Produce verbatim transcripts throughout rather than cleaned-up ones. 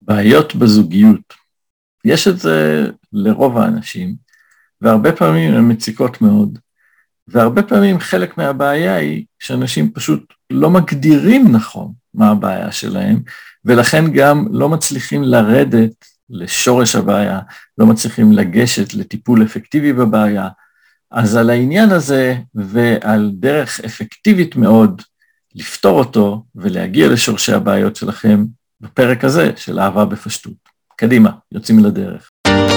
בעיות בזוגיות. יש את זה לרוב האנשים, והרבה פעמים הן מציקות מאוד, והרבה פעמים חלק מהבעיה היא שאנשים פשוט לא מגדירים נכון מה הבעיה שלהם, ולכן גם לא מצליחים לרדת לשורש הבעיה, לא מצליחים לגשת לטיפול אפקטיבי בבעיה. אז על העניין הזה ועל דרך אפקטיבית מאוד לפתור אותו ולהגיע לשורשי הבעיות שלכם בפרק הזה של אהבה בפשטות. קדימה, יוצאים לדרך.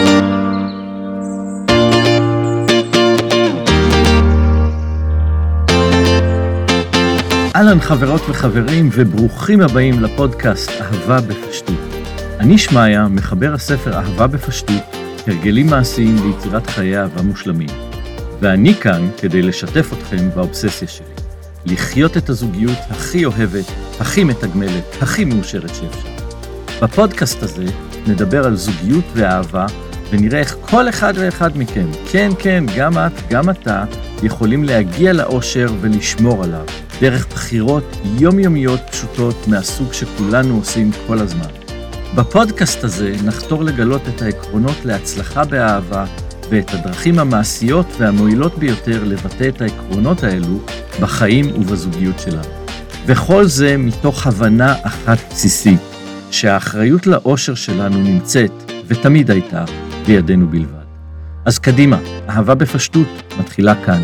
אהלן חברות וחברים וברוכים הבאים לפודקאסט אהבה בפשטות. אני שמעיה, מחבר הספר אהבה בפשטות, הרגלים מעשיים ליצירת חיי אהבה מושלמים. ואני כאן כדי לשתף אתכם באובססיה שלי. לחיות את הזוגיות הכי אוהבת, הכי מתגמלת, הכי מאושרת שאפשר. בפודקאסט הזה נדבר על זוגיות ואהבה, ונראה איך כל אחד ואחד מכם, כן, כן, גם את, גם אתה, יכולים להגיע לאושר ולשמור עליו, דרך בחירות יומיומיות פשוטות מהסוג שכולנו עושים כל הזמן. בפודקאסט הזה נחתור לגלות את העקרונות להצלחה באהבה, ואת הדרכים המעשיות והמועילות ביותר לבטא את העקרונות האלו בחיים ובזוגיות שלנו. וכל זה מתוך הבנה אחת בסיסית, שהאחריות לאושר שלנו נמצאת ותמיד הייתה בידינו בלבד. אז קדימה, אהבה בפשטות מתחילה כאן.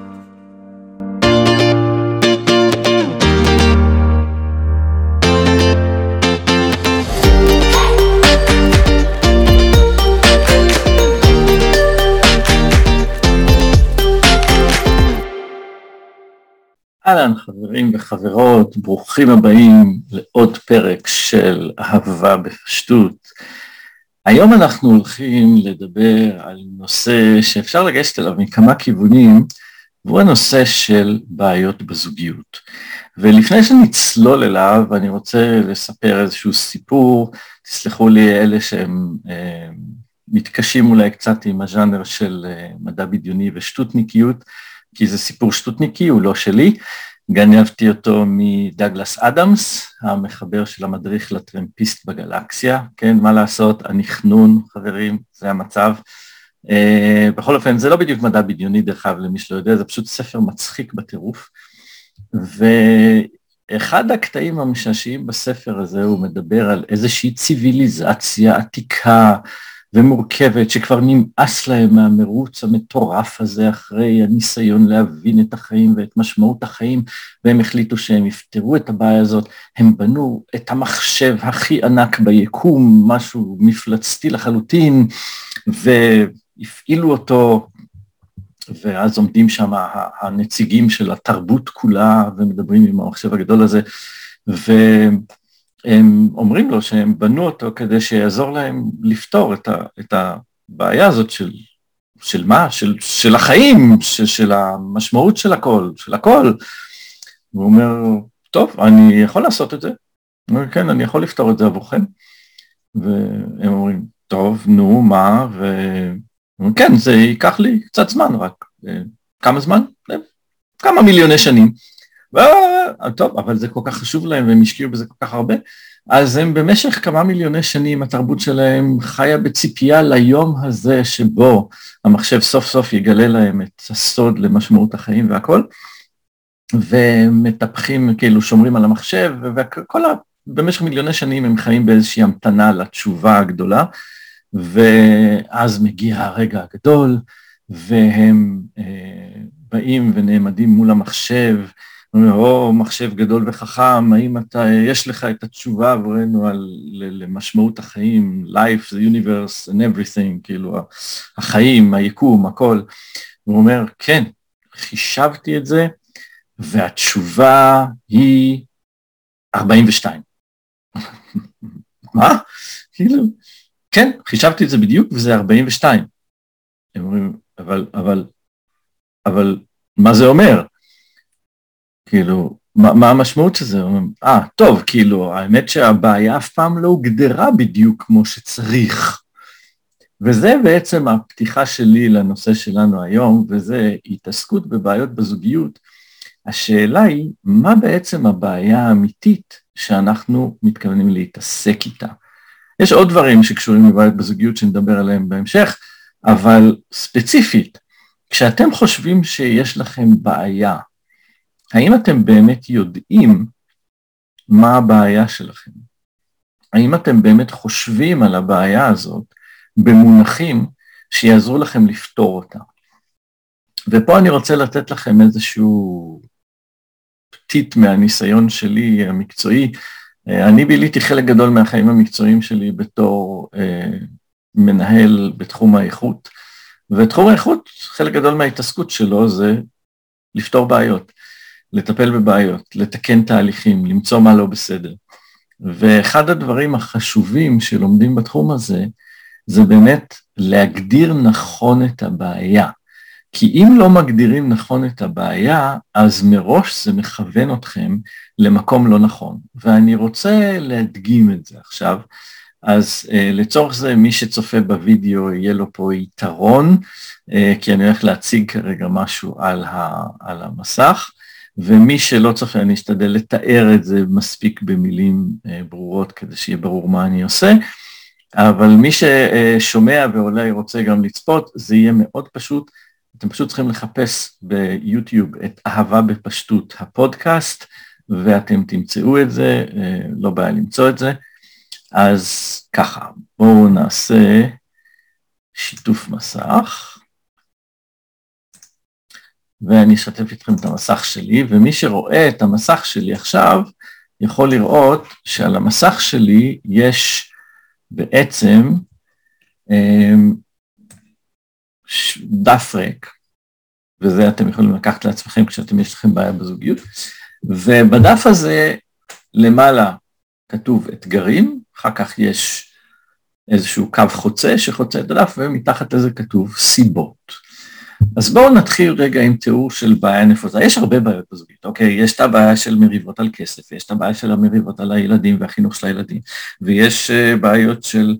אהלן חברים וחברות, ברוכים הבאים לעוד פרק של אהבה בפשטות. היום אנחנו הולכים לדבר על נושא שאפשר לגשת אליו מכמה כיוונים, והוא הנושא של בעיות בזוגיות. ולפני שנצלול אליו, אני רוצה לספר איזשהו סיפור, תסלחו לי אלה שהם אה, מתקשים אולי קצת עם הז'אנר של אה, מדע בדיוני ושטותניקיות, כי זה סיפור שטותניקי, הוא לא שלי, גנבתי אותו מדגלס אדמס, המחבר של המדריך לטרמפיסט בגלקסיה, כן, מה לעשות, הנכנון, חברים, זה המצב. Uh, בכל אופן, זה לא בדיוק מדע בדיוני דרך אגב, למי שלא יודע, זה פשוט ספר מצחיק בטירוף, ואחד הקטעים המשעשיים בספר הזה, הוא מדבר על איזושהי ציוויליזציה עתיקה, ומורכבת, שכבר נמאס להם מהמרוץ המטורף הזה, אחרי הניסיון להבין את החיים ואת משמעות החיים, והם החליטו שהם יפתרו את הבעיה הזאת, הם בנו את המחשב הכי ענק ביקום, משהו מפלצתי לחלוטין, והפעילו אותו, ואז עומדים שם הנציגים של התרבות כולה, ומדברים עם המחשב הגדול הזה, ו... הם אומרים לו שהם בנו אותו כדי שיעזור להם לפתור את, ה, את הבעיה הזאת של, של מה? של, של החיים, של, של המשמעות של הכל, של הכל. הוא אומר, טוב, אני יכול לעשות את זה. הוא אומר, כן, אני יכול לפתור את זה עבורכם. והם אומרים, טוב, נו, מה? ואומרים, כן, זה ייקח לי קצת זמן רק. כמה זמן? כמה מיליוני שנים. טוב, אבל זה כל כך חשוב להם והם השקיעו בזה כל כך הרבה, אז הם במשך כמה מיליוני שנים התרבות שלהם חיה בציפייה ליום הזה שבו המחשב סוף סוף יגלה להם את הסוד למשמעות החיים והכל, ומטפחים, כאילו שומרים על המחשב, וכל ה... במשך מיליוני שנים הם חיים באיזושהי המתנה לתשובה הגדולה, ואז מגיע הרגע הגדול, והם אה, באים ונעמדים מול המחשב, או מחשב גדול וחכם, האם אתה, יש לך את התשובה עבורנו על, למשמעות החיים, life, the universe and everything, כאילו החיים, היקום, הכל. הוא אומר, כן, חישבתי את זה, והתשובה היא ארבעים ושתיים. מה? כאילו, כן, חישבתי את זה בדיוק, וזה ארבעים ושתיים. הם אומרים, אבל, אבל, אבל, מה זה אומר? כאילו, מה, מה המשמעות של זה? אה, טוב, כאילו, האמת שהבעיה אף פעם לא הוגדרה בדיוק כמו שצריך. וזה בעצם הפתיחה שלי לנושא שלנו היום, וזה התעסקות בבעיות בזוגיות. השאלה היא, מה בעצם הבעיה האמיתית שאנחנו מתכוונים להתעסק איתה? יש עוד דברים שקשורים לבעיות בזוגיות שנדבר עליהם בהמשך, אבל ספציפית, כשאתם חושבים שיש לכם בעיה, האם אתם באמת יודעים מה הבעיה שלכם? האם אתם באמת חושבים על הבעיה הזאת במונחים שיעזרו לכם לפתור אותה? ופה אני רוצה לתת לכם איזשהו פתית מהניסיון שלי המקצועי. אני ביליתי חלק גדול מהחיים המקצועיים שלי בתור אה, מנהל בתחום האיכות, ותחום האיכות, חלק גדול מההתעסקות שלו זה לפתור בעיות, לטפל בבעיות, לתקן תהליכים, למצוא מה לא בסדר. ואחד הדברים החשובים שלומדים בתחום הזה, זה באמת להגדיר נכון את הבעיה. כי אם לא מגדירים נכון את הבעיה, אז מראש זה מכוון אתכם למקום לא נכון. ואני רוצה להדגים את זה עכשיו. אז uh, לצורך זה, מי שצופה בווידאו יהיה לו פה יתרון, uh, כי אני הולך להציג כרגע משהו על, ה, על המסך, ומי שלא צופה, אני אשתדל לתאר את זה מספיק במילים uh, ברורות, כדי שיהיה ברור מה אני עושה, אבל מי ששומע ואולי רוצה גם לצפות, זה יהיה מאוד פשוט. אתם פשוט צריכים לחפש ביוטיוב את אהבה בפשטות הפודקאסט, ואתם תמצאו את זה, לא בעיה למצוא את זה. אז ככה, בואו נעשה שיתוף מסך, ואני אשתף איתכם את המסך שלי, ומי שרואה את המסך שלי עכשיו, יכול לראות שעל המסך שלי יש בעצם דף ריק, וזה אתם יכולים לקחת לעצמכם כשאתם יש לכם בעיה בזוגיות, ובדף הזה למעלה כתוב אתגרים, אחר כך יש איזשהו קו חוצה שחוצה את הדף, ומתחת לזה כתוב סיבות. אז בואו נתחיל רגע עם תיאור של בעיה נפוצה. יש הרבה בעיות בזוגיות, אוקיי? יש את הבעיה של מריבות על כסף, יש את הבעיה של המריבות על הילדים והחינוך של הילדים, ויש בעיות של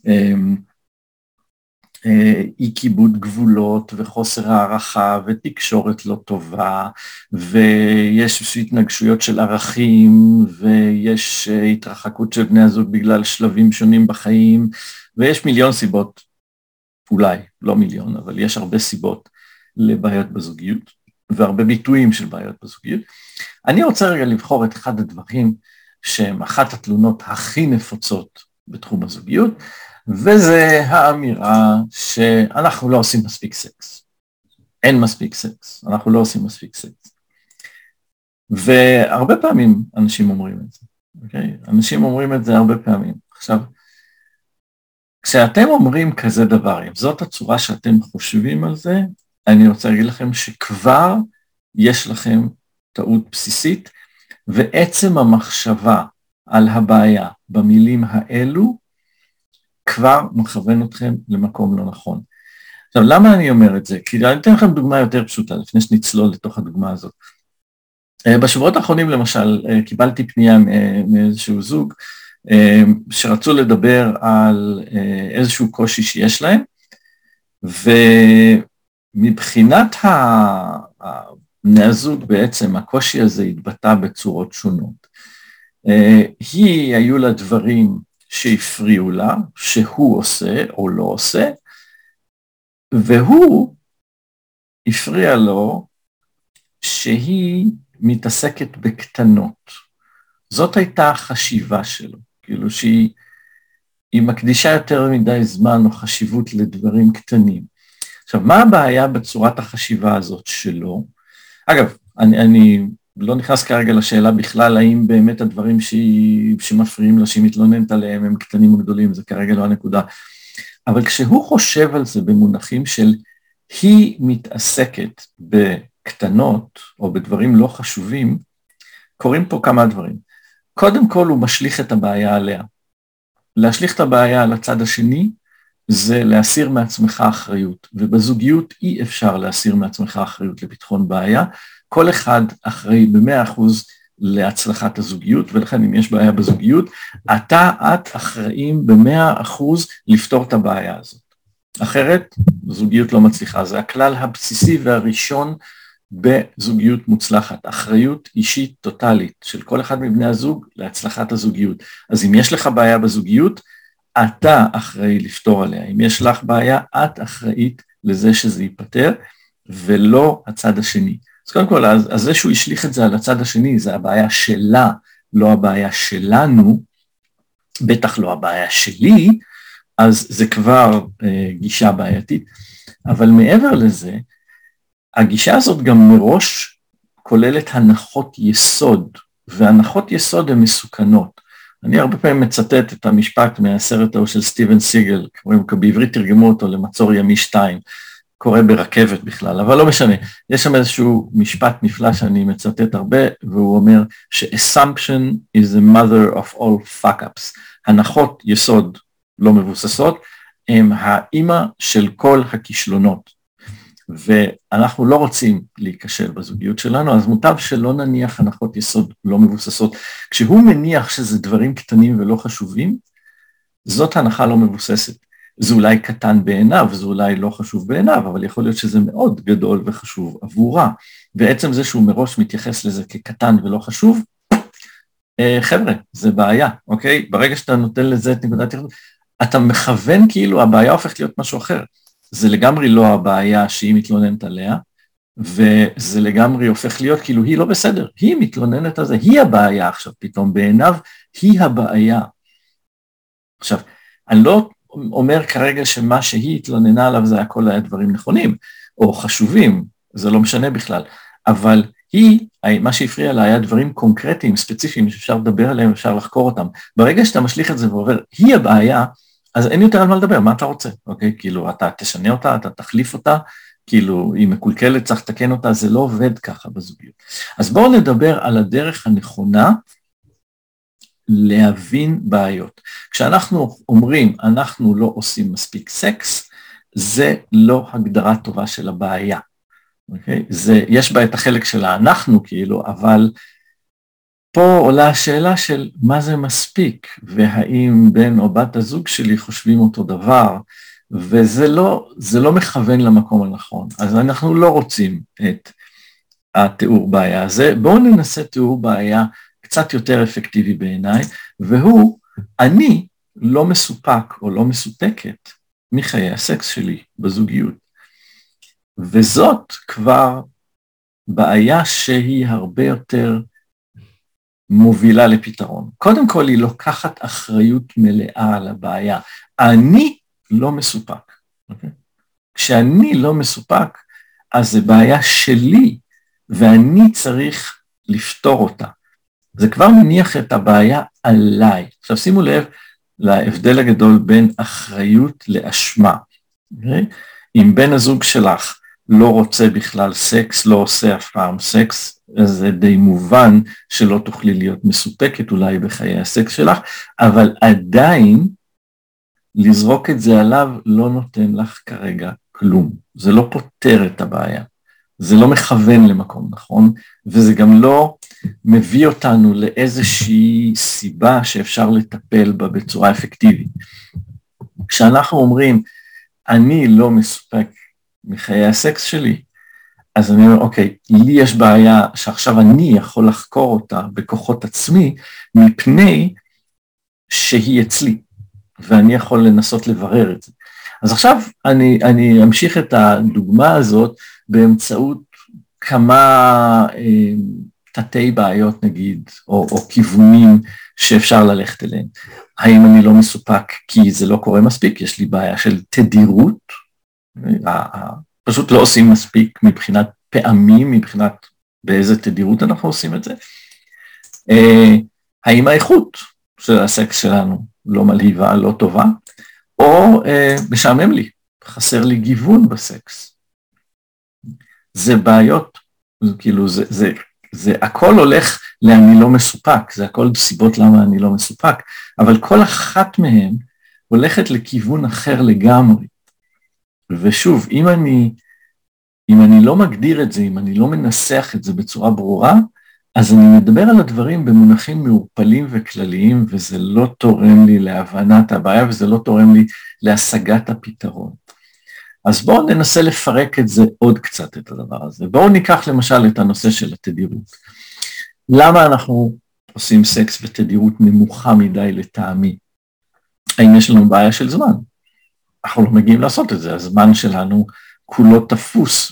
אי כיבוד גבולות וחוסר הערכה ותקשורת לא טובה, ויש התנגשויות של ערכים, ויש התרחקות של בני הזוג בגלל שלבים שונים בחיים, ויש מיליון סיבות, אולי, לא מיליון, אבל יש הרבה סיבות לבעיות בזוגיות, והרבה ביטויים של בעיות בזוגיות. אני רוצה רגע לבחור את אחד הדברים שהם אחת התלונות הכי נפוצות בתחום הזוגיות, וזה האמירה שאנחנו לא עושים מספיק סקס. אין מספיק סקס, אנחנו לא עושים מספיק סקס. והרבה פעמים אנשים אומרים את זה, אוקיי? אנשים אומרים את זה הרבה פעמים. עכשיו, כשאתם אומרים כזה דבר, אם זאת הצורה שאתם חושבים על זה, אני רוצה להגיד לכם שכבר יש לכם טעות בסיסית, ועצם המחשבה על הבעיה במילים האלו, כבר מכוון אתכם למקום לא נכון. עכשיו, למה אני אומר את זה? כי אני אתן לכם דוגמה יותר פשוטה, לפני שנצלול לתוך הדוגמה הזאת. בשבועות האחרונים, למשל, קיבלתי פנייה מאיזשהו זוג, שרצו לדבר על איזשהו קושי שיש להם, ומבחינת בני הזוג בעצם, הקושי הזה התבטא בצורות שונות. היא, היו לה דברים שהפריעו לה, שהוא עושה או לא עושה, והוא הפריע לו שהיא מתעסקת בקטנות. זאת הייתה החשיבה שלו, כאילו שהיא מקדישה יותר מדי זמן או חשיבות לדברים קטנים. עכשיו, מה הבעיה בצורת החשיבה הזאת שלו? אגב, אני, אני לא נכנס כרגע לשאלה בכלל, האם באמת הדברים שהיא, שמפריעים לה, שהיא מתלוננת עליהם, הם קטנים או גדולים, זה כרגע לא הנקודה. אבל כשהוא חושב על זה במונחים של היא מתעסקת בקטנות, או בדברים לא חשובים, קוראים פה כמה דברים. קודם כל הוא משליך את הבעיה עליה. להשליך את הבעיה על הצד השני, זה להסיר מעצמך אחריות, ובזוגיות אי אפשר להסיר מעצמך אחריות לפתחון בעיה, כל אחד אחראי ב-מאה אחוז להצלחת הזוגיות, ולכן אם יש בעיה בזוגיות, אתה, את אחראים ב-מאה אחוז לפתור את הבעיה הזאת. אחרת, זוגיות לא מצליחה, זה הכלל הבסיסי והראשון בזוגיות מוצלחת, אחריות אישית טוטלית של כל אחד מבני הזוג להצלחת הזוגיות. אז אם יש לך בעיה בזוגיות, אתה אחראי לפתור עליה. אם יש לך בעיה, את אחראית לזה שזה ייפטר, ולא הצד השני. אז קודם כל, אז, אז זה שהוא השליך את זה על הצד השני, זה הבעיה שלה, לא הבעיה שלנו, בטח לא הבעיה שלי, אז זה כבר אה, גישה בעייתית. אבל מעבר לזה, הגישה הזאת גם מראש כוללת הנחות יסוד, והנחות יסוד הן מסוכנות. אני הרבה פעמים מצטט את המשפט מהסרט ההוא של סטיבן סיגל, בעברית תרגמו אותו למצור ימי שתיים, קורה ברכבת בכלל, אבל לא משנה. יש שם איזשהו משפט נפלא שאני מצטט הרבה, והוא אומר ש-assumption is the mother of all fuck-ups. הנחות יסוד לא מבוססות, הם האמא של כל הכישלונות. ואנחנו לא רוצים להיכשל בזוגיות שלנו, אז מוטב שלא נניח הנחות יסוד לא מבוססות. כשהוא מניח שזה דברים קטנים ולא חשובים, זאת הנחה לא מבוססת. זה אולי קטן בעיניו, זה אולי לא חשוב בעיניו, אבל יכול להיות שזה מאוד גדול וחשוב עבורה. ועצם זה שהוא מראש מתייחס לזה כקטן ולא חשוב, חבר'ה, זה בעיה, אוקיי? ברגע שאתה נותן לזה את נקודת יחד, אתה מכוון כאילו הבעיה הופכת להיות משהו אחר. זה לגמרי לא הבעיה שהיא מתלוננת עליה, וזה לגמרי הופך להיות כאילו היא לא בסדר, היא מתלוננת על זה, היא הבעיה עכשיו פתאום בעיניו, היא הבעיה. עכשיו, אני לא אומר כרגע שמה שהיא התלוננה עליו זה הכל היה דברים נכונים, או חשובים, זה לא משנה בכלל, אבל היא, מה שהפריע לה היה דברים קונקרטיים, ספציפיים, שאפשר לדבר עליהם, אפשר לחקור אותם. ברגע שאתה משליך את זה ועובר, היא הבעיה, אז אין יותר על מה לדבר, מה אתה רוצה, אוקיי? כאילו, אתה תשנה אותה, אתה תחליף אותה, כאילו, היא מקולקלת, צריך לתקן אותה, זה לא עובד ככה בזוגיות. אז בואו נדבר על הדרך הנכונה להבין בעיות. כשאנחנו אומרים, אנחנו לא עושים מספיק סקס, זה לא הגדרה טובה של הבעיה, אוקיי? זה, יש בה את החלק של אנחנו, כאילו, אבל פה עולה השאלה של מה זה מספיק, והאם בן או בת הזוג שלי חושבים אותו דבר, וזה לא, זה לא מכוון למקום הנכון. אז אנחנו לא רוצים את התיאור בעיה הזה. בואו ננסה תיאור בעיה קצת יותר אפקטיבי בעיניי, והוא, אני לא מסופק או לא מסופקת מחיי הסקס שלי בזוגיות. וזאת כבר בעיה שהיא הרבה יותר מובילה לפתרון. קודם כל היא לוקחת אחריות מלאה על הבעיה. אני לא מסופק. Okay? כשאני לא מסופק, אז זה בעיה שלי, ואני צריך לפתור אותה. זה כבר מניח את הבעיה עליי. עכשיו שימו לב להבדל הגדול בין אחריות לאשמה. Okay? אם בן הזוג שלך לא רוצה בכלל סקס, לא עושה אף פעם סקס, אז זה די מובן שלא תוכלי להיות מסופקת אולי בחיי הסקס שלך, אבל עדיין לזרוק את זה עליו לא נותן לך כרגע כלום. זה לא פותר את הבעיה, זה לא מכוון למקום נכון, וזה גם לא מביא אותנו לאיזושהי סיבה שאפשר לטפל בה בצורה אפקטיבית. כשאנחנו אומרים, אני לא מסופק מחיי הסקס שלי, אז אני אומר, אוקיי, לי יש בעיה שעכשיו אני יכול לחקור אותה בכוחות עצמי, מפני שהיא אצלי, ואני יכול לנסות לברר את זה. אז עכשיו אני, אני אמשיך את הדוגמה הזאת באמצעות כמה אה, תתי בעיות נגיד, או, או כיוונים שאפשר ללכת אליהם. האם אני לא מסופק כי זה לא קורה מספיק? יש לי בעיה של תדירות, פשוט לא עושים מספיק מבחינת פעמים, מבחינת באיזה תדירות אנחנו עושים את זה. האם האיכות של הסקס שלנו לא מלהיבה, לא טובה, או משעמם לי, חסר לי גיוון בסקס. זה בעיות, כאילו זה, זה, זה הכל הולך לאני לא מסופק, זה הכל סיבות למה אני לא מסופק, אבל כל אחת מהן הולכת לכיוון אחר לגמרי. ושוב, אם אני, אם אני לא מגדיר את זה, אם אני לא מנסח את זה בצורה ברורה, אז אני מדבר על הדברים במונחים מעורפלים וכלליים, וזה לא תורם לי להבנת הבעיה, וזה לא תורם לי להשגת הפתרון. אז בואו ננסה לפרק את זה עוד קצת, את הדבר הזה. בואו ניקח למשל את הנושא של התדירות. למה אנחנו עושים סקס בתדירות נמוכה מדי לטעמי? האם יש לנו בעיה של זמן? אנחנו לא מגיעים לעשות את זה, הזמן שלנו כולו תפוס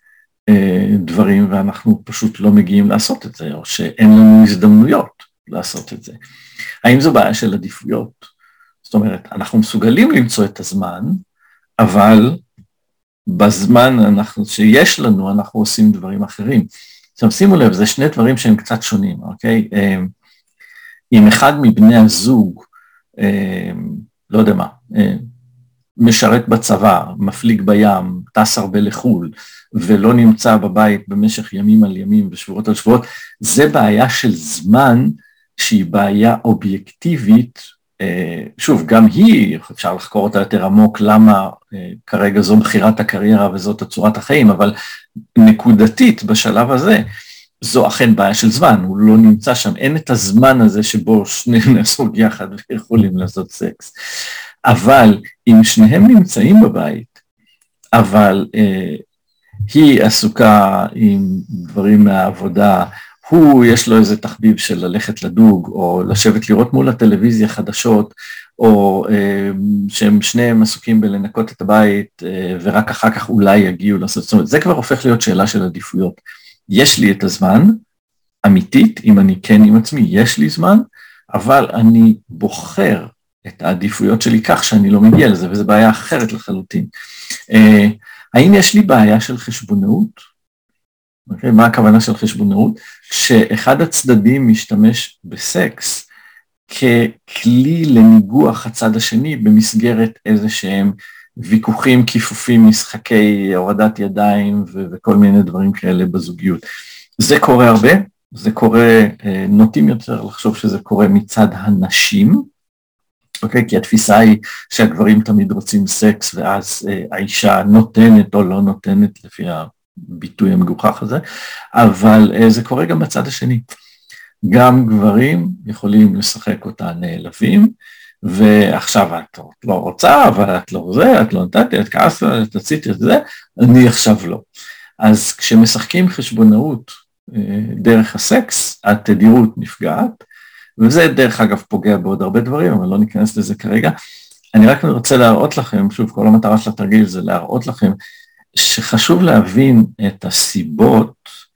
בדברים, ואנחנו פשוט לא מגיעים לעשות את זה, או שאין לנו הזדמנויות לעשות את זה. האם זו בעיה של עדיפויות? זאת אומרת, אנחנו מסוגלים למצוא את הזמן, אבל בזמן אנחנו, שיש לנו, אנחנו עושים דברים אחרים. עכשיו, שימו לב, זה שני דברים שהם קצת שונים, אוקיי? אם אחד מבני הזוג, לא יודע מה, משרת בצבא, מפליג בים, טס הרבה לחול, ולא נמצא בבית במשך ימים על ימים ושבועות על שבועות, זה בעיה של זמן שהיא בעיה אובייקטיבית, שוב, גם היא, אפשר לחקור אותה יותר עמוק, למה כרגע זו בחירת הקריירה וזאת הצורת החיים, אבל נקודתית בשלב הזה, זו אכן בעיה של זמן, הוא לא נמצא שם, אין את הזמן הזה שבו שניהם נעסוק יחד ויכולים לעשות סקס. אבל אם שניהם נמצאים בבית, אבל אה, היא עסוקה עם דברים מהעבודה, הוא יש לו איזה תחביב של ללכת לדוג, או לשבת לראות מול הטלוויזיה חדשות, או אה, שהם שניהם עסוקים בלנקות את הבית, אה, ורק אחר כך אולי יגיעו לעשות, זאת אומרת, זה כבר הופך להיות שאלה של עדיפויות. יש לי את הזמן, אמיתית, אם אני כן עם עצמי, יש לי זמן, אבל אני בוחר את העדיפויות שלי כך שאני לא מגיע לזה, וזו בעיה אחרת לחלוטין. אה, האם יש לי בעיה של חשבונאות? Okay, מה הכוונה של חשבונאות? שאחד הצדדים משתמש בסקס ככלי לניגוח הצד השני במסגרת איזה שהם ויכוחים, כיפופים, משחקי הורדת ידיים ו- וכל מיני דברים כאלה בזוגיות. זה קורה הרבה, זה קורה, נוטים יותר לחשוב שזה קורה מצד הנשים, אוקיי? כי התפיסה היא שהגברים תמיד רוצים סקס ואז האישה נותנת או לא נותנת לפי ה... ביטוי המגוחך הזה, אבל זה קורה גם בצד השני. גם גברים יכולים לשחק אותה נעלבים, ועכשיו את לא רוצה, אבל את לא זה, את לא נתתי, את כעסת, את עשית את זה, אני עכשיו לא. אז כשמשחקים חשבונאות דרך הסקס, התדירות נפגעת, וזה דרך אגב פוגע בעוד הרבה דברים, אבל לא ניכנס לזה כרגע. אני רק רוצה להראות לכם, שוב, כל המטרה של התרגיל זה להראות לכם, שחשוב להבין את הסיבות,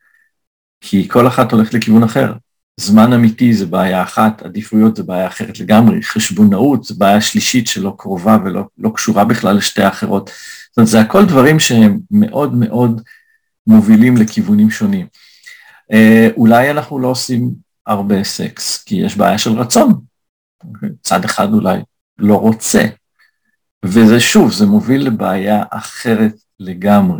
כי כל אחת הולכת לכיוון אחר. זמן אמיתי זה בעיה אחת, עדיפויות זה בעיה אחרת לגמרי, חשבונאות זה בעיה שלישית שלא קרובה ולא לא קשורה בכלל לשתי האחרות. זאת אומרת, זה הכל דברים שהם מאוד מאוד מובילים לכיוונים שונים. אה, אולי אנחנו לא עושים הרבה סקס, כי יש בעיה של רצון. צד אחד אולי לא רוצה. וזה שוב, זה מוביל לבעיה אחרת לגמרי.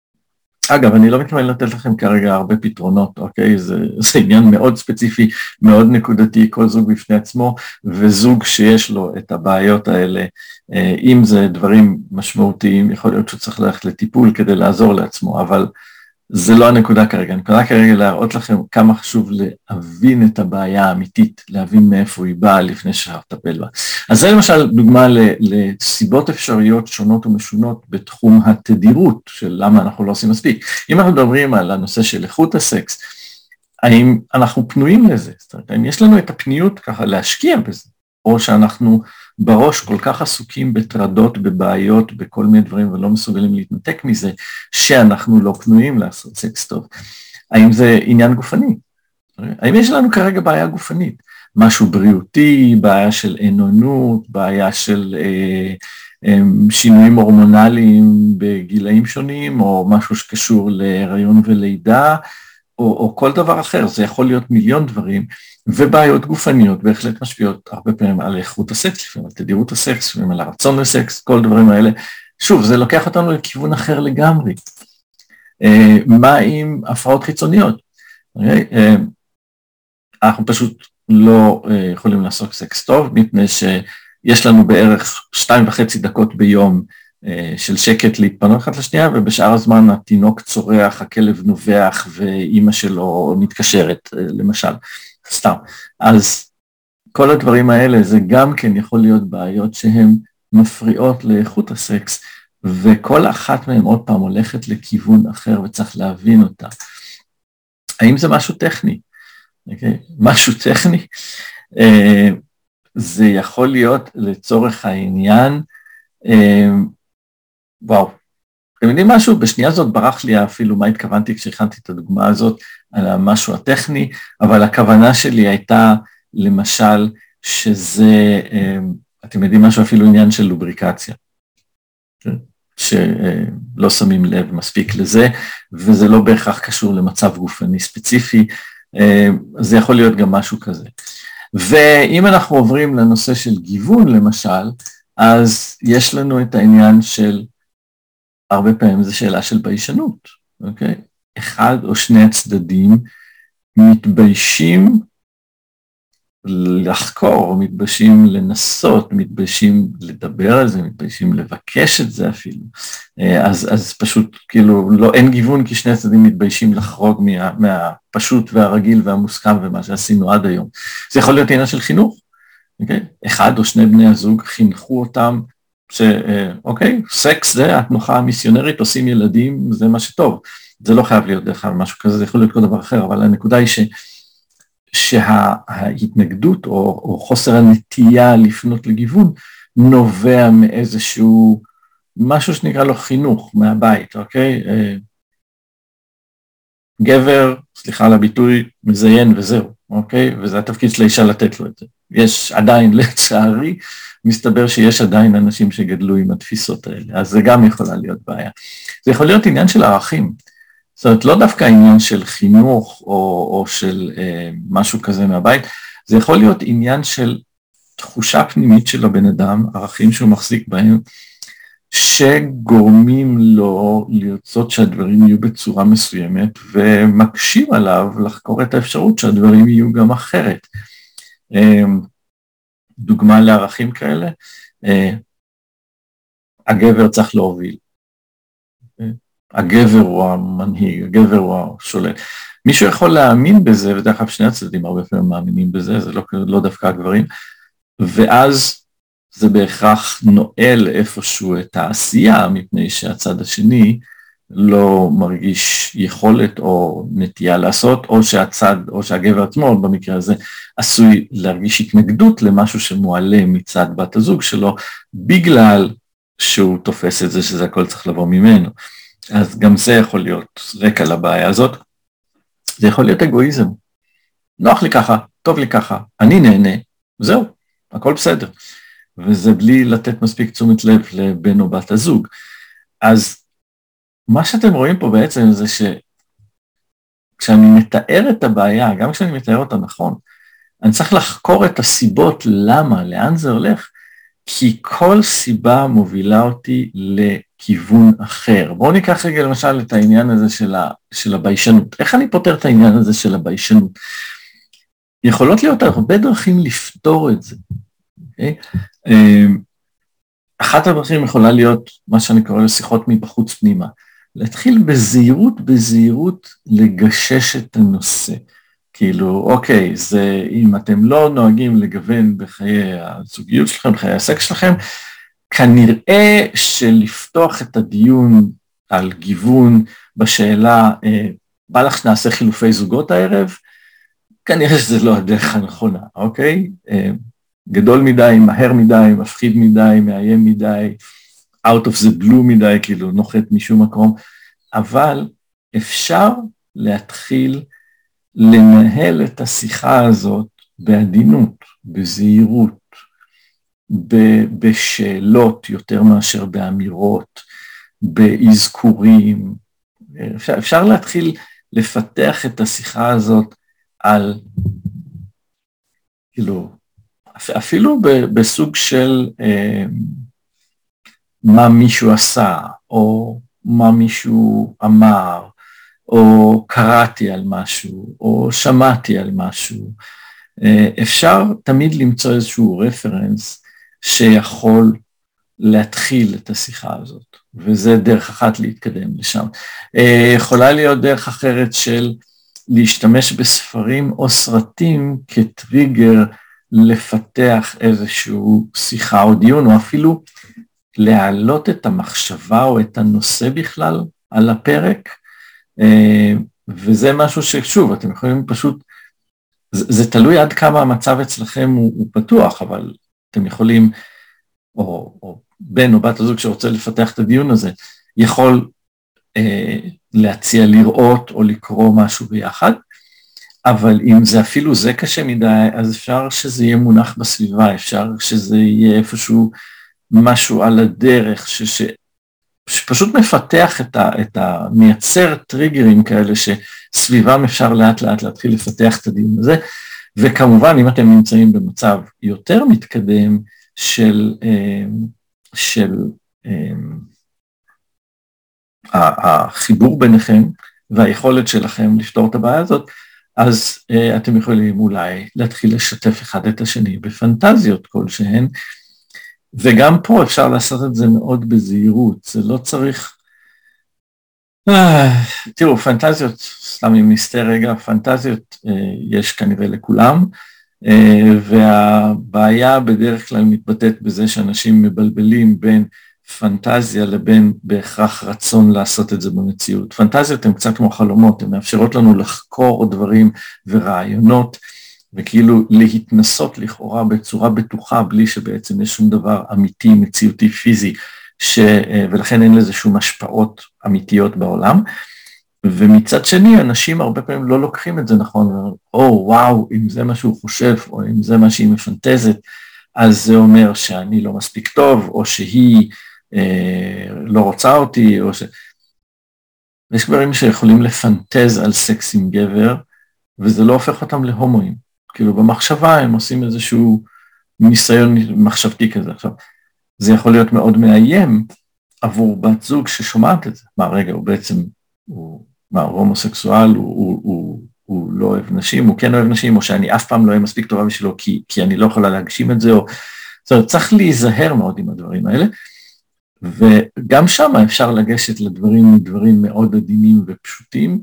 אגב, אני לא מתכוון לתת לכם כרגע הרבה פתרונות, אוקיי? זה, זה עניין מאוד ספציפי, מאוד נקודתי, כל זוג בפני עצמו, וזוג שיש לו את הבעיות האלה, אם זה דברים משמעותיים, יכול להיות שהוא צריך ללכת לטיפול כדי לעזור לעצמו, אבל זה לא הנקודה כרגע. הנקודה כרגע להראות לכם כמה חשוב להבין את הבעיה האמיתית, להבין מאיפה היא באה לפני שאפשר לטפל בה. אז זה למשל דוגמה לסיבות אפשריות שונות ומשונות בתחום התדירות של למה אנחנו לא עושים מספיק. אם אנחנו מדברים על הנושא של איכות הסקס, האם אנחנו פנויים לזה? זאת אומרת, האם יש לנו את הפניות ככה להשקיע בזה? או שאנחנו בראש כל כך עסוקים בטרדות, בבעיות, בכל מיני דברים, ולא מסוגלים להתנתק מזה, שאנחנו לא פנויים לעשות סקס טוב. האם זה עניין גופני? האם יש לנו כרגע בעיה גופנית? משהו בריאותי, בעיה של אינונות, בעיה של אה, אה, שינויים הורמונליים בגילאים שונים, או משהו שקשור להיריון ולידה, או, או כל דבר אחר, זה יכול להיות מיליון דברים, ובעיות גופניות בהחלט משפיעות הרבה פעמים על איכות הסקס, לפעמים על תדירות הסקס, לפעמים על הרצון לסקס, כל דברים האלה. שוב, זה לוקח אותנו לכיוון אחר לגמרי. אה, מה עם הפרעות חיצוניות? אה, אה, אנחנו פשוט לא אה, יכולים לעשות סקס טוב, מפני שיש לנו בערך שתיים וחצי דקות ביום, של שקט להתפנות אחת לשנייה, ובשאר הזמן התינוק צורח, הכלב נובח, ואימא שלו מתקשרת, למשל, סתם. אז כל הדברים האלה, זה גם כן יכול להיות בעיות שהן מפריעות לאיכות הסקס, וכל אחת מהן עוד פעם הולכת לכיוון אחר, וצריך להבין אותה. האם זה משהו טכני? Okay. משהו טכני? זה יכול להיות לצורך העניין, אה, וואו, אתם יודעים משהו? בשנייה הזאת ברח לי אפילו מה התכוונתי כשהכנתי את הדוגמה הזאת על המשהו הטכני, אבל הכוונה שלי הייתה למשל שזה, אתם יודעים משהו אפילו עניין של לובריקציה, שלא שמים לב מספיק לזה, וזה לא בהכרח קשור למצב גופני ספציפי, זה יכול להיות גם משהו כזה. ואם אנחנו עוברים לנושא של גיוון למשל, אז יש לנו את העניין של, הרבה פעמים זו שאלה של ביישנות, אוקיי? אחד או שני הצדדים מתביישים לחקור, מתביישים לנסות, מתביישים לדבר על זה, מתביישים לבקש את זה אפילו. אז, אז פשוט כאילו לא, אין גיוון כי שני הצדדים מתביישים לחרוג מה, מהפשוט והרגיל והמוסכם ומה שעשינו עד היום. זה יכול להיות עניין של חינוך, אוקיי? אחד או שני בני הזוג חינכו אותם, שאוקיי, סקס זה התנוחה המיסיונרית, עושים ילדים, זה מה שטוב. זה לא חייב להיות דרך כלל משהו כזה, זה יכול להיות כל דבר אחר, אבל הנקודה היא ש... שההתנגדות או, או חוסר הנטייה לפנות לגיוון נובע מאיזשהו משהו שנקרא לו חינוך מהבית, אוקיי? גבר, סליחה על הביטוי, מזיין וזהו, אוקיי? וזה התפקיד של האישה לתת לו את זה. יש עדיין, לצערי, מסתבר שיש עדיין אנשים שגדלו עם התפיסות האלה, אז זה גם יכולה להיות בעיה. זה יכול להיות עניין של ערכים, זאת אומרת, לא דווקא עניין של חינוך או, או של אה, משהו כזה מהבית, זה יכול להיות עניין של תחושה פנימית של הבן אדם, ערכים שהוא מחזיק בהם, שגורמים לו לרצות שהדברים יהיו בצורה מסוימת, ומקשים עליו לחקור את האפשרות שהדברים יהיו גם אחרת. אה, דוגמה לערכים כאלה, אה, הגבר צריך להוביל. הגבר הוא המנהיג, הגבר הוא השולט. מישהו יכול להאמין בזה, ודרך כלל שני הצדדים הרבה פעמים מאמינים בזה, זה לא, לא דווקא הגברים, ואז זה בהכרח נועל איפשהו את העשייה, מפני שהצד השני לא מרגיש יכולת או נטייה לעשות, או שהצד, או שהגבר עצמו, במקרה הזה, עשוי להרגיש התנגדות למשהו שמועלה מצד בת הזוג שלו, בגלל שהוא תופס את זה שזה הכל צריך לבוא ממנו. אז גם זה יכול להיות רקע לבעיה הזאת. זה יכול להיות אגואיזם. נוח לי ככה, טוב לי ככה, אני נהנה, זהו, הכל בסדר. וזה בלי לתת מספיק תשומת לב לבן או בת הזוג. אז מה שאתם רואים פה בעצם זה שכשאני מתאר את הבעיה, גם כשאני מתאר אותה נכון, אני צריך לחקור את הסיבות למה, לאן זה הולך, כי כל סיבה מובילה אותי לכיוון אחר. בואו ניקח רגע למשל את העניין הזה של, ה, של הביישנות. איך אני פותר את העניין הזה של הביישנות? יכולות להיות הרבה דרכים לפתור את זה. Okay? אחת הדרכים יכולה להיות מה שאני קורא לשיחות מבחוץ פנימה. להתחיל בזהירות, בזהירות לגשש את הנושא. כאילו, אוקיי, זה, אם אתם לא נוהגים לגוון בחיי הזוגיות שלכם, בחיי הסקס שלכם, כנראה שלפתוח את הדיון על גיוון בשאלה, אה, בא לך שנעשה חילופי זוגות הערב, כנראה שזה לא הדרך הנכונה, אוקיי? אה, גדול מדי, מהר מדי, מפחיד מדי, מאיים מדי, out of the blue מדי, כאילו נוחת משום מקום, אבל אפשר להתחיל לנהל את השיחה הזאת בעדינות, בזהירות, בשאלות יותר מאשר באמירות, באזכורים. אפשר, אפשר להתחיל לפתח את השיחה הזאת על, כאילו, אפילו בסוג של אה, מה מישהו עשה, או מה מישהו אמר, או קראתי על משהו, או שמעתי על משהו. אפשר תמיד למצוא איזשהו רפרנס שיכול להתחיל את השיחה הזאת, וזה דרך אחת להתקדם לשם. יכולה להיות דרך אחרת של להשתמש בספרים או סרטים כטריגר לפתח איזשהו שיחה או דיון, או אפילו להעלות את המחשבה או את הנושא בכלל על הפרק, וזה משהו ששוב, אתם יכולים פשוט זה, זה תלוי עד כמה המצב אצלכם הוא, הוא פתוח, אבל אתם יכולים, או, או בן או בת הזוג שרוצה לפתח את הדיון הזה, יכול אה, להציע לראות או לקרוא משהו ביחד, אבל אם זה אפילו זה קשה מדי, אז אפשר שזה יהיה מונח בסביבה, אפשר שזה יהיה איפשהו משהו על הדרך, ש, ש, שפשוט מפתח את ה, את ה, מייצר טריגרים כאלה, שסביבם אפשר לאט לאט להתחיל לפתח את הדיון הזה, וכמובן אם אתם נמצאים במצב יותר מתקדם של, של החיבור ביניכם, והיכולת שלכם לפתור את הבעיה הזאת, אז uh, אתם יכולים אולי להתחיל לשתף אחד את השני בפנטזיות כלשהן, וגם פה אפשר לעשות את זה מאוד בזהירות, זה לא צריך, uh, תראו, פנטזיות, סתם אם נסתה רגע, פנטזיות uh, יש כנראה לכולם, uh, והבעיה בדרך כלל מתבטאת בזה שאנשים מבלבלים בין פנטזיה לבין בהכרח רצון לעשות את זה במציאות. פנטזיות הן קצת כמו חלומות, הן מאפשרות לנו לחקור דברים ורעיונות, וכאילו להתנסות לכאורה בצורה בטוחה, בלי שבעצם יש שום דבר אמיתי, מציאותי, פיזי, ש... ולכן אין לזה שום השפעות אמיתיות בעולם. ומצד שני, אנשים הרבה פעמים לא לוקחים את זה נכון, או וואו, אם זה מה שהוא חושב, או אם זה מה שהיא מפנטזת, אז זה אומר שאני לא מספיק טוב, או שהיא אה, לא רוצה אותי, או ש... יש גברים שיכולים לפנטז על סקס עם גבר, וזה לא הופך אותם להומואים. כאילו במחשבה הם עושים איזשהו ניסיון מחשבתי כזה. עכשיו, זה יכול להיות מאוד מאיים עבור בת זוג ששומעת את זה. מה, רגע, הוא בעצם, הוא, מה, הוא הומוסקסואל, הוא, הוא, הוא, הוא לא אוהב נשים, הוא כן אוהב נשים, או שאני אף פעם לא אהיה מספיק טובה בשבילו, כי, כי אני לא יכולה להגשים את זה, או... זאת אומרת, צריך להיזהר מאוד עם הדברים האלה, וגם שם אפשר לגשת לדברים, דברים מאוד עדינים ופשוטים,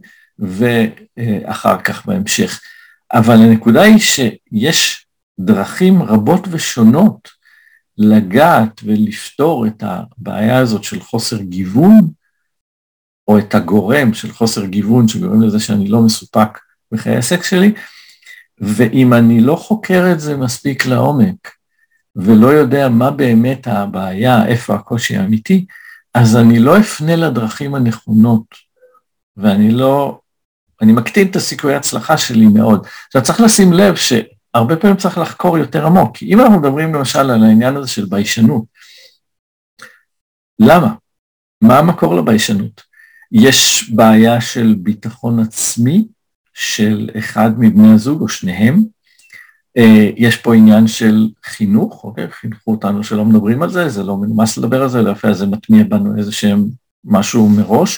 ואחר כך בהמשך. אבל הנקודה היא שיש דרכים רבות ושונות לגעת ולפתור את הבעיה הזאת של חוסר גיוון, או את הגורם של חוסר גיוון שגורם לזה שאני לא מסופק בחיי הסקס שלי, ואם אני לא חוקר את זה מספיק לעומק, ולא יודע מה באמת הבעיה, איפה הקושי האמיתי, אז אני לא אפנה לדרכים הנכונות, ואני לא, אני מקטין את הסיכוי ההצלחה שלי מאוד. עכשיו צריך לשים לב שהרבה פעמים צריך לחקור יותר עמוק, כי אם אנחנו מדברים למשל על העניין הזה של ביישנות, למה? מה המקור לביישנות? יש בעיה של ביטחון עצמי, של אחד מבני הזוג או שניהם, יש פה עניין של חינוך, אוקיי? חינכו אותנו שלא מדברים על זה, זה לא מנומס לדבר על זה, לפי זה מטמיע בנו איזה שהם משהו מראש.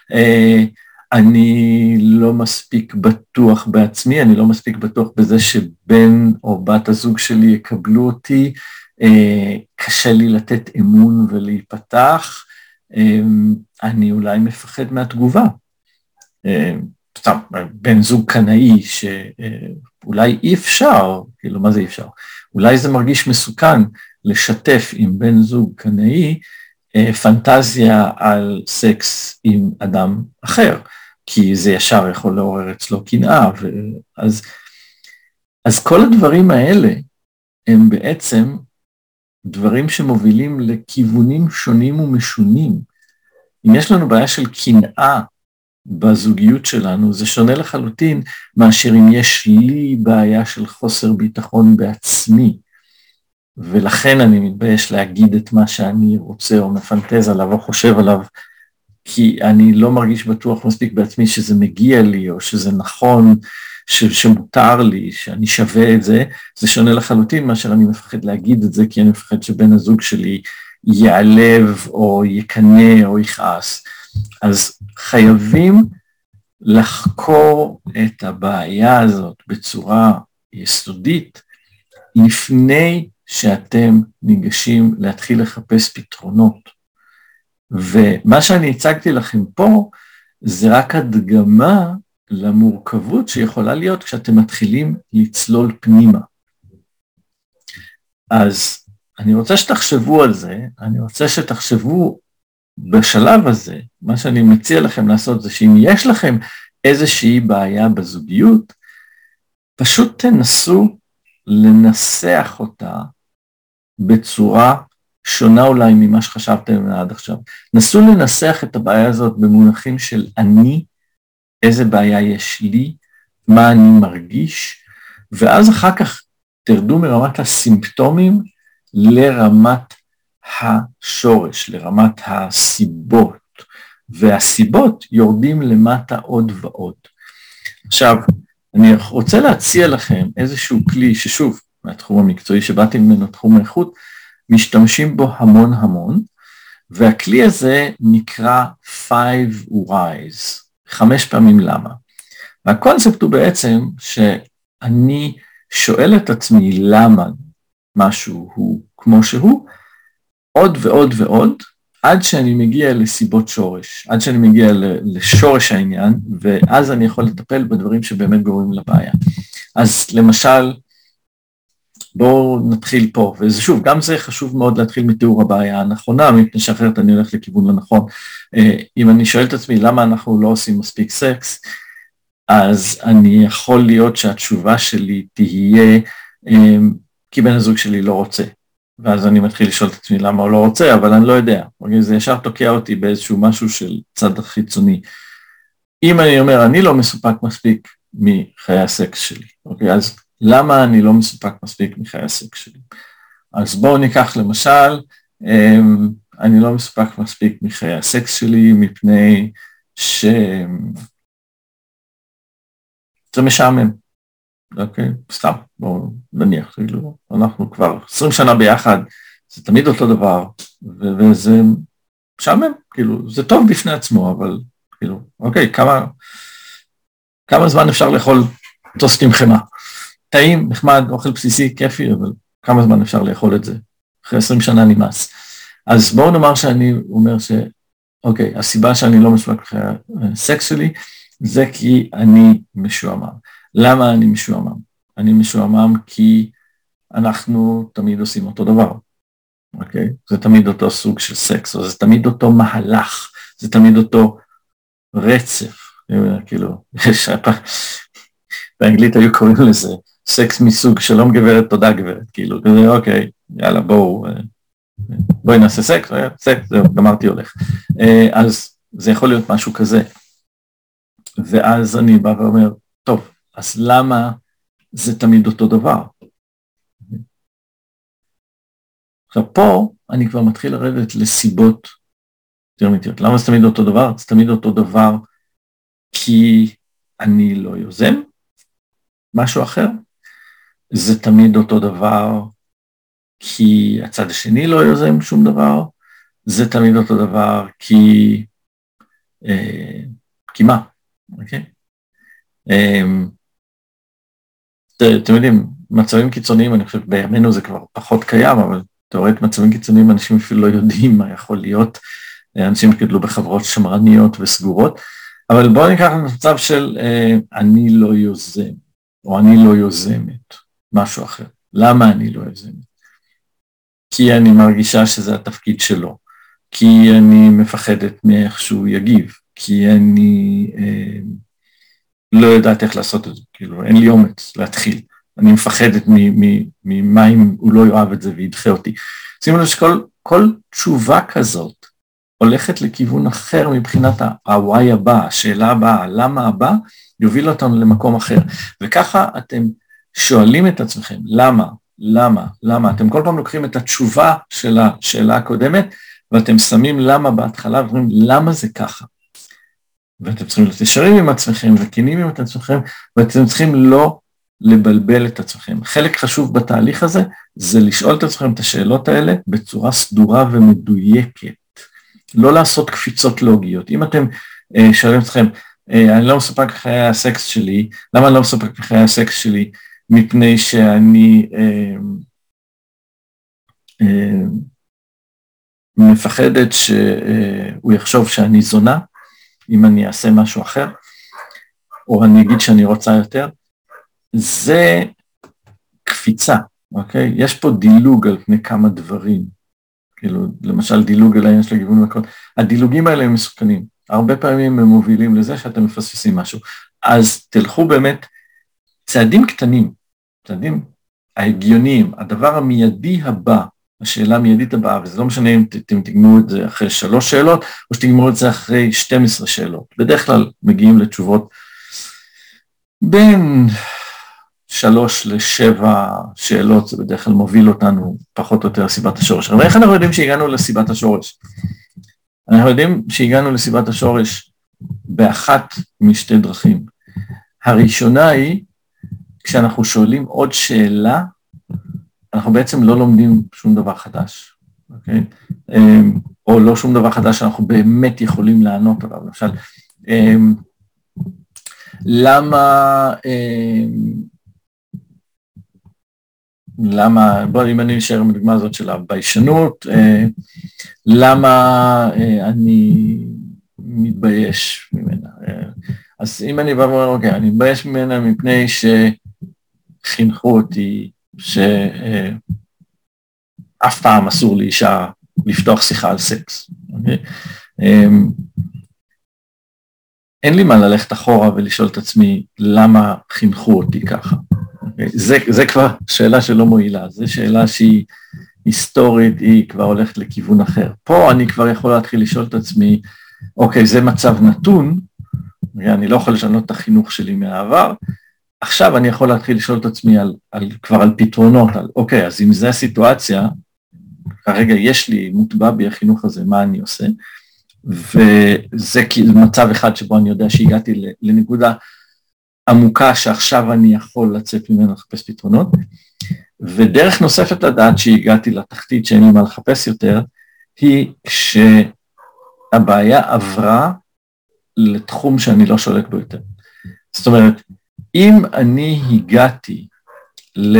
אני לא מספיק בטוח בעצמי, אני לא מספיק בטוח בזה שבן או בת הזוג שלי יקבלו אותי, קשה לי לתת אמון ולהיפתח, אני אולי מפחד מהתגובה. סתם, בן זוג קנאי שאולי אי אפשר, כאילו מה זה אי אפשר? אולי זה מרגיש מסוכן לשתף עם בן זוג קנאי פנטזיה על סקס עם אדם אחר, כי זה ישר יכול לעורר אצלו קנאה, אז, אז כל הדברים האלה הם בעצם דברים שמובילים לכיוונים שונים ומשונים. אם יש לנו בעיה של קנאה בזוגיות שלנו, זה שונה לחלוטין מאשר אם יש לי בעיה של חוסר ביטחון בעצמי, ולכן אני מתבייש להגיד את מה שאני רוצה או מפנטז עליו או חושב עליו, כי אני לא מרגיש בטוח מספיק בעצמי שזה מגיע לי או שזה נכון, ש- שמותר לי, שאני שווה את זה, זה שונה לחלוטין מאשר אני מפחד להגיד את זה, כי אני מפחד שבן הזוג שלי יעלב או יקנה או יכעס. אז חייבים לחקור את הבעיה הזאת בצורה יסודית, לפני שאתם ניגשים להתחיל לחפש פתרונות. ומה שאני הצגתי לכם פה, זה רק הדגמה למורכבות שיכולה להיות כשאתם מתחילים לצלול פנימה. אז אני רוצה שתחשבו על זה, אני רוצה שתחשבו בשלב הזה, מה שאני מציע לכם לעשות זה שאם יש לכם איזושהי בעיה בזוגיות, פשוט תנסו לנסח אותה בצורה שונה אולי ממה שחשבתם עד עכשיו. נסו לנסח את הבעיה הזאת במונחים של אני, איזה בעיה יש לי, מה אני מרגיש, ואז אחר כך תרדו מרמת הסימפטומים לרמת השורש, לרמת הסיבות, והסיבות יורדים למטה עוד ועוד. עכשיו, אני רוצה להציע לכם איזשהו כלי ששוב, מהתחום המקצועי שבאתי ממנו, תחום האיכות, משתמשים בו המון המון, והכלי הזה נקרא five whys, חמש פעמים למה. והקונספט הוא בעצם שאני שואל את עצמי למה משהו הוא כמו שהוא, עוד ועוד ועוד, עד שאני מגיע לסיבות שורש, עד שאני מגיע לשורש העניין, ואז אני יכול לטפל בדברים שבאמת גורמים לבעיה. אז למשל, בואו נתחיל פה, וזה שוב, גם זה חשוב מאוד להתחיל מתיאור הבעיה הנכונה, מפני שאחרת אני הולך לכיוון הנכון. אם אני שואל את עצמי למה אנחנו לא עושים מספיק סקס, אז אני יכול להיות שהתשובה שלי תהיה, כי בן הזוג שלי לא רוצה. ואז אני מתחיל לשאול את עצמי למה הוא לא רוצה, אבל אני לא יודע. זה ישר תוקע אותי באיזשהו משהו של צד חיצוני. אם אני אומר, אני לא מסופק מספיק מחיי הסקס שלי, אוקיי? אז למה אני לא מסופק מספיק מחיי הסקס שלי? אז בואו ניקח למשל, אני לא מסופק מספיק מחיי הסקס שלי, מפני ש... זה משעמם. אוקיי? סתם, בואו נניח, אנחנו כבר עשרים שנה ביחד, זה תמיד אותו דבר, וזה משעמם, כאילו, זה טוב בפני עצמו, אבל כאילו, אוקיי, כמה, כמה זמן אפשר לאכול טוסט עם חמה? טעים, נחמד, אוכל בסיסי, כיפי, אבל כמה זמן אפשר לאכול את זה? אחרי עשרים שנה נמאס. אז בואו נאמר שאני אומר ש, אוקיי, הסיבה שאני לא מסופק אחרי הסקס שלי, זה כי אני משועמם. למה אני משועמם? אני משועמם כי אנחנו תמיד עושים אותו דבר, אוקיי? זה תמיד אותו סוג של סקס, או זה תמיד אותו מהלך, זה תמיד אותו רצף, כאילו, באנגלית היו קוראים לזה, סקס מסוג שלום גברת, תודה גברת, כאילו, כזה, אוקיי, יאללה, בואו, בואי נעשה סקס, סקס, זהו, גמרתי הולך. אז זה יכול להיות משהו כזה. ואז אני בא ואומר, טוב, אז למה זה תמיד אותו דבר? עכשיו פה אני כבר מתחיל לרדת לסיבות יותר אמיתיות. למה זה תמיד אותו דבר? זה תמיד אותו דבר כי אני לא יוזם משהו אחר. זה תמיד אותו דבר כי הצד השני לא יוזם שום דבר. זה תמיד אותו דבר כי... אה, כי מה? אוקיי? אתם יודעים, מצבים קיצוניים, אני חושב, בימינו זה כבר פחות קיים, אבל תיאורטית מצבים קיצוניים, אנשים אפילו לא יודעים מה יכול להיות, אנשים גדלו בחברות שמרניות וסגורות, אבל בואו ניקח מצב של אני לא יוזם, או אני לא יוזמת, משהו אחר. למה אני לא יוזמת? כי אני מרגישה שזה התפקיד שלו, כי אני מפחדת מאיך שהוא יגיב, כי אני אה, לא יודעת איך לעשות את זה, כאילו אין לי אומץ להתחיל, אני מפחדת ממה אם הוא לא יאהב את זה וידחה אותי. שימו לב שכל כל תשובה כזאת הולכת לכיוון אחר מבחינת ה-why הבא, השאלה הבאה, למה הבא, יוביל אותנו למקום אחר. וככה אתם שואלים את עצמכם, למה, למה, למה, אתם כל פעם לוקחים את התשובה של השאלה הקודמת, ואתם שמים למה בהתחלה, ואומרים למה זה ככה. ואתם צריכים להיות ישרים עם עצמכם, וכנים עם עצמכם, ואתם צריכים לא לבלבל את עצמכם. חלק חשוב בתהליך הזה, זה לשאול את עצמכם את השאלות האלה, בצורה סדורה ומדויקת. לא לעשות קפיצות לוגיות. אם אתם אה, שואלים אתכם, אה, אני לא מסופק בחיי הסקס שלי, למה אני לא מסופק בחיי הסקס שלי? מפני שאני אה, אה, מפחדת שהוא יחשוב שאני זונה, אם אני אעשה משהו אחר, או אני אגיד שאני רוצה יותר, זה קפיצה, אוקיי? יש פה דילוג על פני כמה דברים, כאילו, למשל דילוג על העניין של הגיוון והכל, הדילוגים האלה הם מסוכנים, הרבה פעמים הם מובילים לזה שאתם מפספסים משהו, אז תלכו באמת צעדים קטנים, צעדים ההגיוניים, הדבר המיידי הבא, השאלה המיידית הבאה, וזה לא משנה אם אתם תגמרו את זה אחרי שלוש שאלות, או שתגמרו את זה אחרי שתים עשרה שאלות. בדרך כלל מגיעים לתשובות בין שלוש לשבע שאלות, זה בדרך כלל מוביל אותנו פחות או יותר לסיבת השורש. אבל איך אנחנו יודעים שהגענו לסיבת השורש? אנחנו יודעים שהגענו לסיבת השורש באחת משתי דרכים. הראשונה היא, כשאנחנו שואלים עוד שאלה, אנחנו בעצם לא לומדים שום דבר חדש, אוקיי? או לא שום דבר חדש שאנחנו באמת יכולים לענות עליו. למשל, למה, למה, בוא, אם אני נשאר עם הדוגמה הזאת של הביישנות, למה אני מתבייש ממנה? אז אם אני בא ואומר, אוקיי, אני מתבייש ממנה מפני שחינכו אותי, שאף פעם אסור לאישה לפתוח שיחה על סקס. אוקיי? אין לי מה ללכת אחורה ולשאול את עצמי, למה חינכו אותי ככה? אוקיי? זה, זה כבר שאלה שלא מועילה, זו שאלה שהיא היסטורית, היא כבר הולכת לכיוון אחר. פה אני כבר יכול להתחיל לשאול את עצמי, אוקיי, זה מצב נתון, אני לא יכול לשנות את החינוך שלי מהעבר, עכשיו אני יכול להתחיל לשאול את עצמי על, על, כבר על פתרונות, על, אוקיי, אז אם זו הסיטואציה, כרגע יש לי מוטבע בי החינוך הזה, מה אני עושה? וזה מצב אחד שבו אני יודע שהגעתי לנקודה עמוקה, שעכשיו אני יכול לצאת ממנו לחפש פתרונות, ודרך נוספת לדעת שהגעתי לתחתית שאין לי מה לחפש יותר, היא שהבעיה עברה לתחום שאני לא שולט בו יותר. זאת אומרת, אם אני הגעתי ל,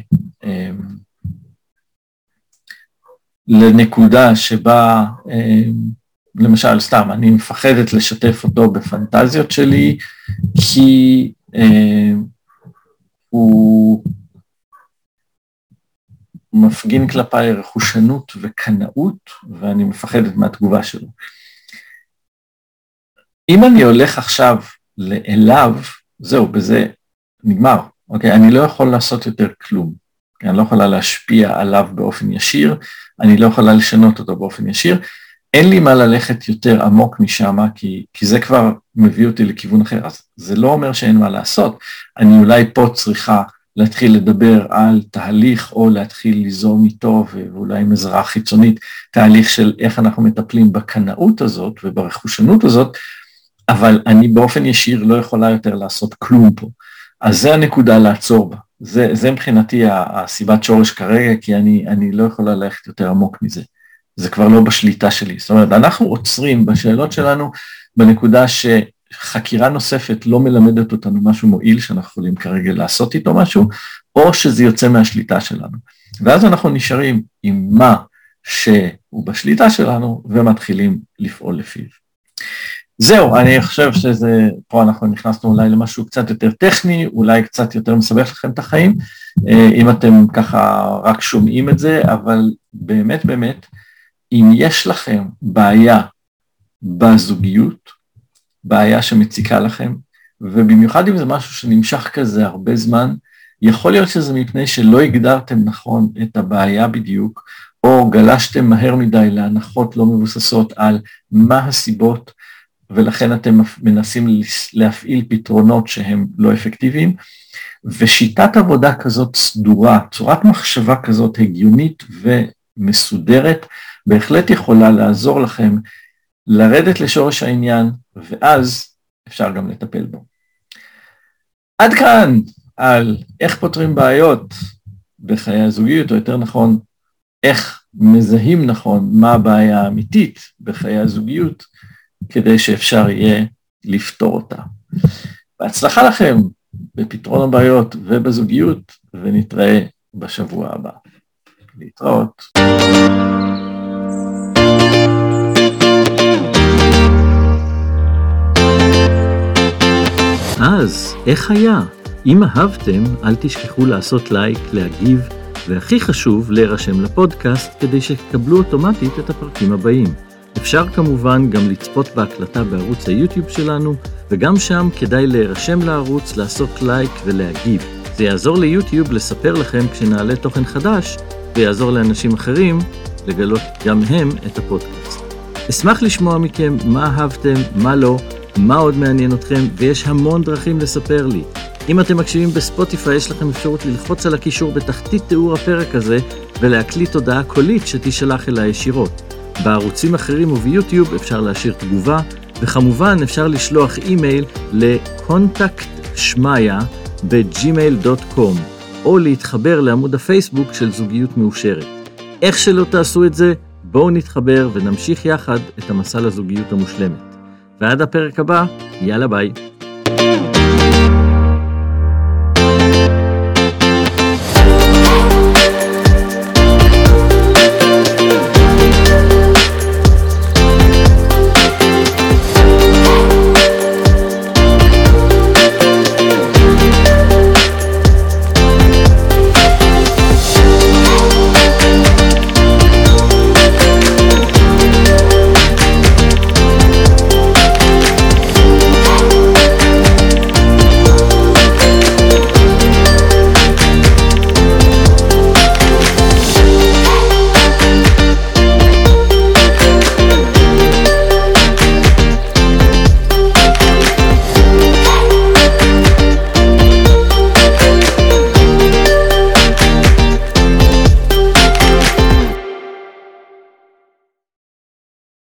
לנקודה שבה, למשל סתם, אני מפחדת לשתף אותו בפנטזיות שלי, כי הוא מפגין כלפיי רכושנות וקנאות, ואני מפחדת מהתגובה שלו. אם אני הולך עכשיו לאליו, זהו, בזה נגמר, אוקיי? אני לא יכול לעשות יותר כלום, אני לא יכולה להשפיע עליו באופן ישיר, אני לא יכולה לשנות אותו באופן ישיר, אין לי מה ללכת יותר עמוק משם, כי, כי זה כבר מביא אותי לכיוון אחר, אז זה לא אומר שאין מה לעשות, אני אולי פה צריכה להתחיל לדבר על תהליך, או להתחיל ליזום איתו, ואולי עם עזרה חיצונית, תהליך של איך אנחנו מטפלים בקנאות הזאת, וברכושנות הזאת, אבל אני באופן ישיר לא יכולה יותר לעשות כלום פה. אז זה הנקודה לעצור בה. זה, זה מבחינתי הסיבת שורש כרגע, כי אני, אני לא יכולה ללכת יותר עמוק מזה. זה כבר לא בשליטה שלי. זאת אומרת, אנחנו עוצרים בשאלות שלנו, בנקודה שחקירה נוספת לא מלמדת אותנו משהו מועיל, שאנחנו יכולים כרגע לעשות איתו משהו, או שזה יוצא מהשליטה שלנו. ואז אנחנו נשארים עם מה שהוא בשליטה שלנו, ומתחילים לפעול לפיו. זהו, אני חושב שזה, פה אנחנו נכנסנו אולי למשהו קצת יותר טכני, אולי קצת יותר מסבך לכם את החיים, אם אתם ככה רק שומעים את זה, אבל באמת באמת, אם יש לכם בעיה בזוגיות, בעיה שמציקה לכם, ובמיוחד אם זה משהו שנמשך כזה הרבה זמן, יכול להיות שזה מפני שלא הגדרתם נכון את הבעיה בדיוק, או גלשתם מהר מדי להנחות לא מבוססות על מה הסיבות, ולכן אתם מנסים להפעיל פתרונות שהם לא אפקטיביים, ושיטת עבודה כזאת סדורה, צורת מחשבה כזאת הגיונית ומסודרת, בהחלט יכולה לעזור לכם לרדת לשורש העניין, ואז אפשר גם לטפל בו. עד כאן על איך פותרים בעיות בחיי הזוגיות, או יותר נכון, איך מזהים נכון מה הבעיה האמיתית בחיי הזוגיות, כדי שאפשר יהיה לפתור אותה. בהצלחה לכם בפתרון הבעיות ובזוגיות, ונתראה בשבוע הבא. להתראות. אז, איך היה? אם אהבתם, אל תשכחו לעשות לייק, להגיב, והכי חשוב, להירשם לפודקאסט, כדי שתקבלו אוטומטית את הפרקים הבאים. אפשר כמובן גם לצפות בהקלטה בערוץ היוטיוב שלנו, וגם שם כדאי להירשם לערוץ, לעשות לייק ולהגיב. זה יעזור ליוטיוב לספר לכם כשנעלה תוכן חדש, ויעזור לאנשים אחרים לגלות גם הם את הפודקאסט. אשמח לשמוע מכם מה אהבתם, מה לא, מה עוד מעניין אתכם, ויש המון דרכים לספר לי. אם אתם מקשיבים בספוטיפיי, יש לכם אפשרות ללחוץ על הקישור בתחתית תיאור הפרק הזה, ולהקליט הודעה קולית שתשלח אליי ישירות. בערוצים אחרים וביוטיוב אפשר להשאיר תגובה, וכמובן אפשר לשלוח אימייל לקונטקט שמיה בג'ימייל דוט קום, או להתחבר לעמוד הפייסבוק של זוגיות מאושרת. איך שלא תעשו את זה, בואו נתחבר ונמשיך יחד את המסע לזוגיות המושלמת. ועד הפרק הבא, יאללה ביי.